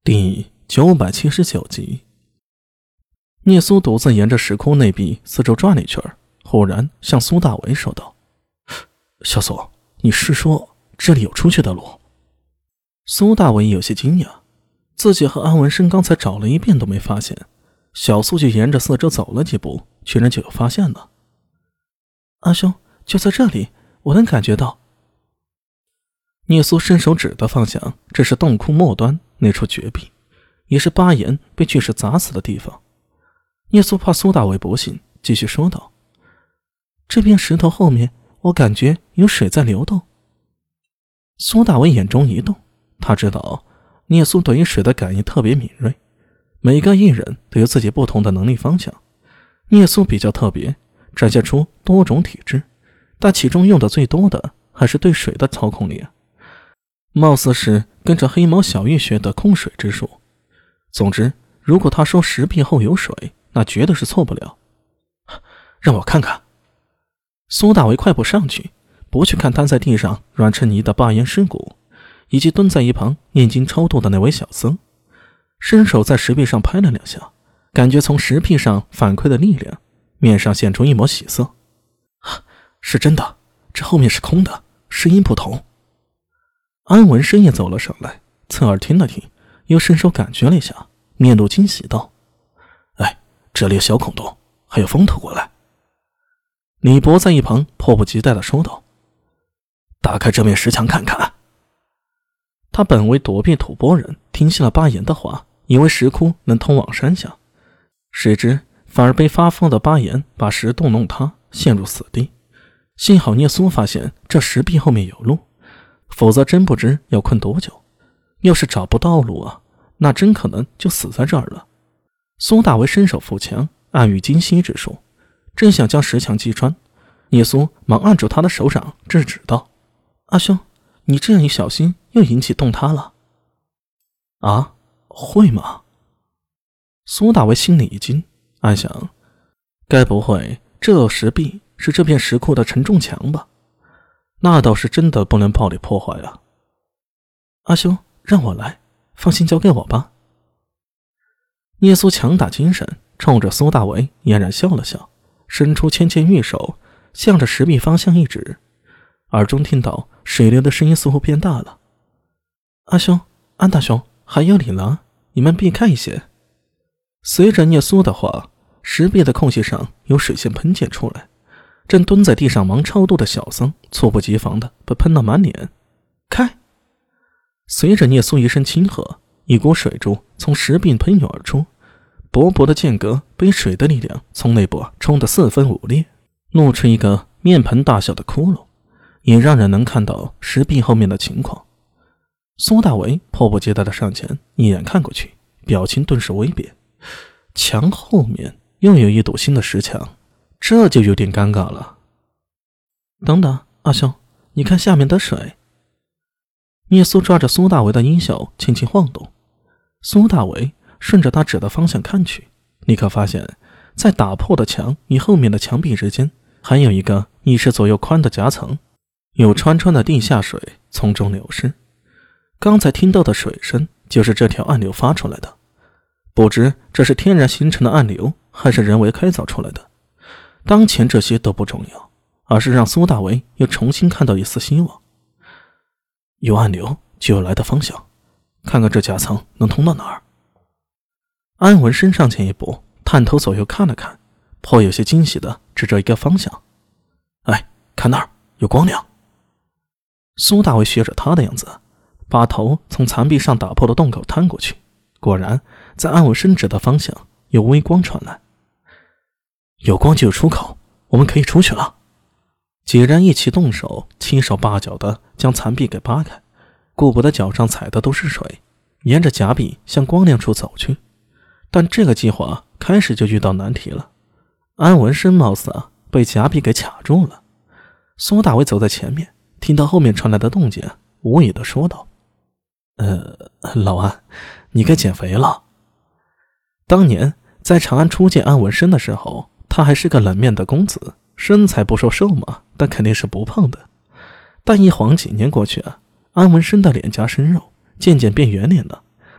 第979集。聂苏独自沿着石窟内壁四周转了一圈，忽然向苏大为说道：“小苏，你是说这里有出去的路？”苏大为有些惊讶，自己和安文生刚才找了一遍都没发现，小苏就沿着四周走了几步，居然就有发现了。阿兄，就在这里，我能感觉到。聂苏伸手指的方向，这是洞窟末端那处绝壁，也是巴岩被巨石砸死的地方。聂苏怕苏大为不信，继续说道：“这片石头后面，我感觉有水在流动。”苏大为眼中一动，他知道聂苏对于水的感应特别敏锐，每个艺人都有自己不同的能力方向。聂苏比较特别，展现出多种体质，但其中用的最多的还是对水的操控力，貌似是跟着黑毛小玉学的控水之术。总之，如果他说石壁后有水，那绝对是错不了。让我看看。苏大为快步上去，不去看瘫在地上软成泥的巴岩尸骨，以及蹲在一旁念经超度的那位小僧，伸手在石壁上拍了两下，感觉从石壁上反馈的力量，面上现出一抹喜色。是真的，这后面是空的，声音不同。安文生也走了上来，侧耳听了听，又伸手感觉了一下，面露惊喜道：“哎，这里有小孔洞，还有风透过来。”李博在一旁迫不及待地说道：“打开这面石墙看看。”他本为躲避吐蕃人，听信了巴岩的话，以为石窟能通往山下，谁知反而被发疯的巴岩把石洞弄塌，陷入死地。幸好聂苏发现这石壁后面有路，否则真不知要困多久。要是找不到路啊，那真可能就死在这儿了。苏大为伸手扶墙，暗喻精息之术，正想将石墙击穿，聂苏忙按住他的手掌，制止道：“阿兄，你这样一小心，又引起洞塌了。”啊，会吗？苏大为心里一惊，暗想，该不会这石壁是这片石窟的承重墙吧？那倒是真的不能暴力破坏啊。阿兄，让我来，放心交给我吧。聂苏强打精神，冲着苏大为嫣然笑了笑，伸出纤纤玉手，向着石壁方向一指，耳中听到水流的声音似乎变大了。阿兄，安大兄，还有李郎，你们避开一些。随着聂苏的话，石壁的空隙上有水线喷溅出来，正蹲在地上忙超度的小僧猝不及防的被喷到满脸。开！随着聂苏一声轻喝，一股水柱从石壁喷涌而出，薄薄的间隔被水的力量从内部冲得四分五裂，露出一个面盆大小的窟窿，也让人能看到石壁后面的情况。苏大为迫不及待地上前一眼看过去，表情顿时微变。墙后面又有一堵新的石墙，这就有点尴尬了。等等，阿兄，你看下面的水。聂苏抓着苏大为的衣袖轻轻晃动，苏大为顺着他指的方向看去，立刻发现在打破的墙与后面的墙壁之间还有一个1尺左右宽的夹层，有川川的地下水从中流失。刚才听到的水声就是这条暗流发出来的，不知这是天然形成的暗流还是人为开凿出来的。当前这些都不重要，而是让苏大为又重新看到一丝希望。有暗流就有来的方向，看看这夹层能通到哪儿。安文生上前一步，探头左右看了看，颇有些惊喜的指着一个方向：“哎，看那儿有光亮。”苏大为学着他的样子，把头从残壁上打破的洞口探过去，果然在安文生指的方向有微光传来。有光就有出口，我们可以出去了。几人一起动手，七手八脚的将残壁给扒开，顾不得脚上踩的都是水，沿着夹壁向光亮处走去。但这个计划开始就遇到难题了，安文生貌似被夹壁给卡住了。苏大为走在前面，听到后面传来的动静，无语地说道：“老安，你该减肥了。”当年在长安初见安文生的时候，他还是个冷面的公子，身材不说瘦嘛，但肯定是不胖的。但一晃几年过去安文生的脸颊生肉渐渐变圆脸了，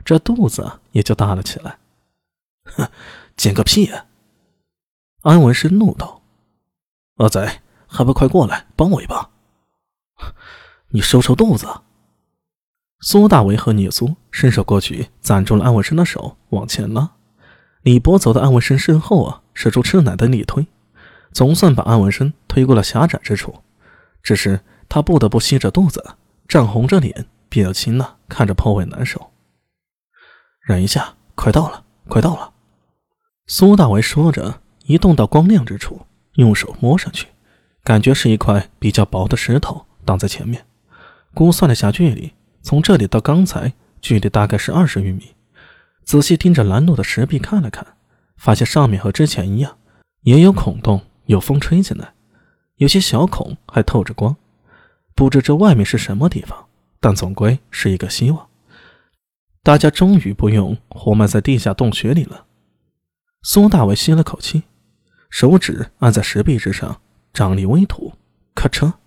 这肚子也就大了起来。哼，捡个屁啊！安文生怒道：“阿仔，还不快过来帮我一把！你收收肚子！”苏大为和聂苏伸手过去攒住了安文生的手，往前拉。李博走到安文生身后使出吃奶的力推，总算把安文生推过了狭窄之处。只是他不得不吸着肚子，涨红着脸，憋得亲看着颇为难受。忍一下，快到了，快到了！苏大为说着，移动到光亮之处，用手摸上去，感觉是一块比较薄的石头挡在前面。估算了下距离，从这里到刚才距离大概是20余米。仔细盯着拦路的石壁看了看，发现上面和之前一样，也有孔洞，有风吹进来，有些小孔还透着光。不知这外面是什么地方，但总归是一个希望。大家终于不用活埋在地下洞穴里了。苏大为吸了口气，手指按在石壁之上，掌力微吐，咔嚓，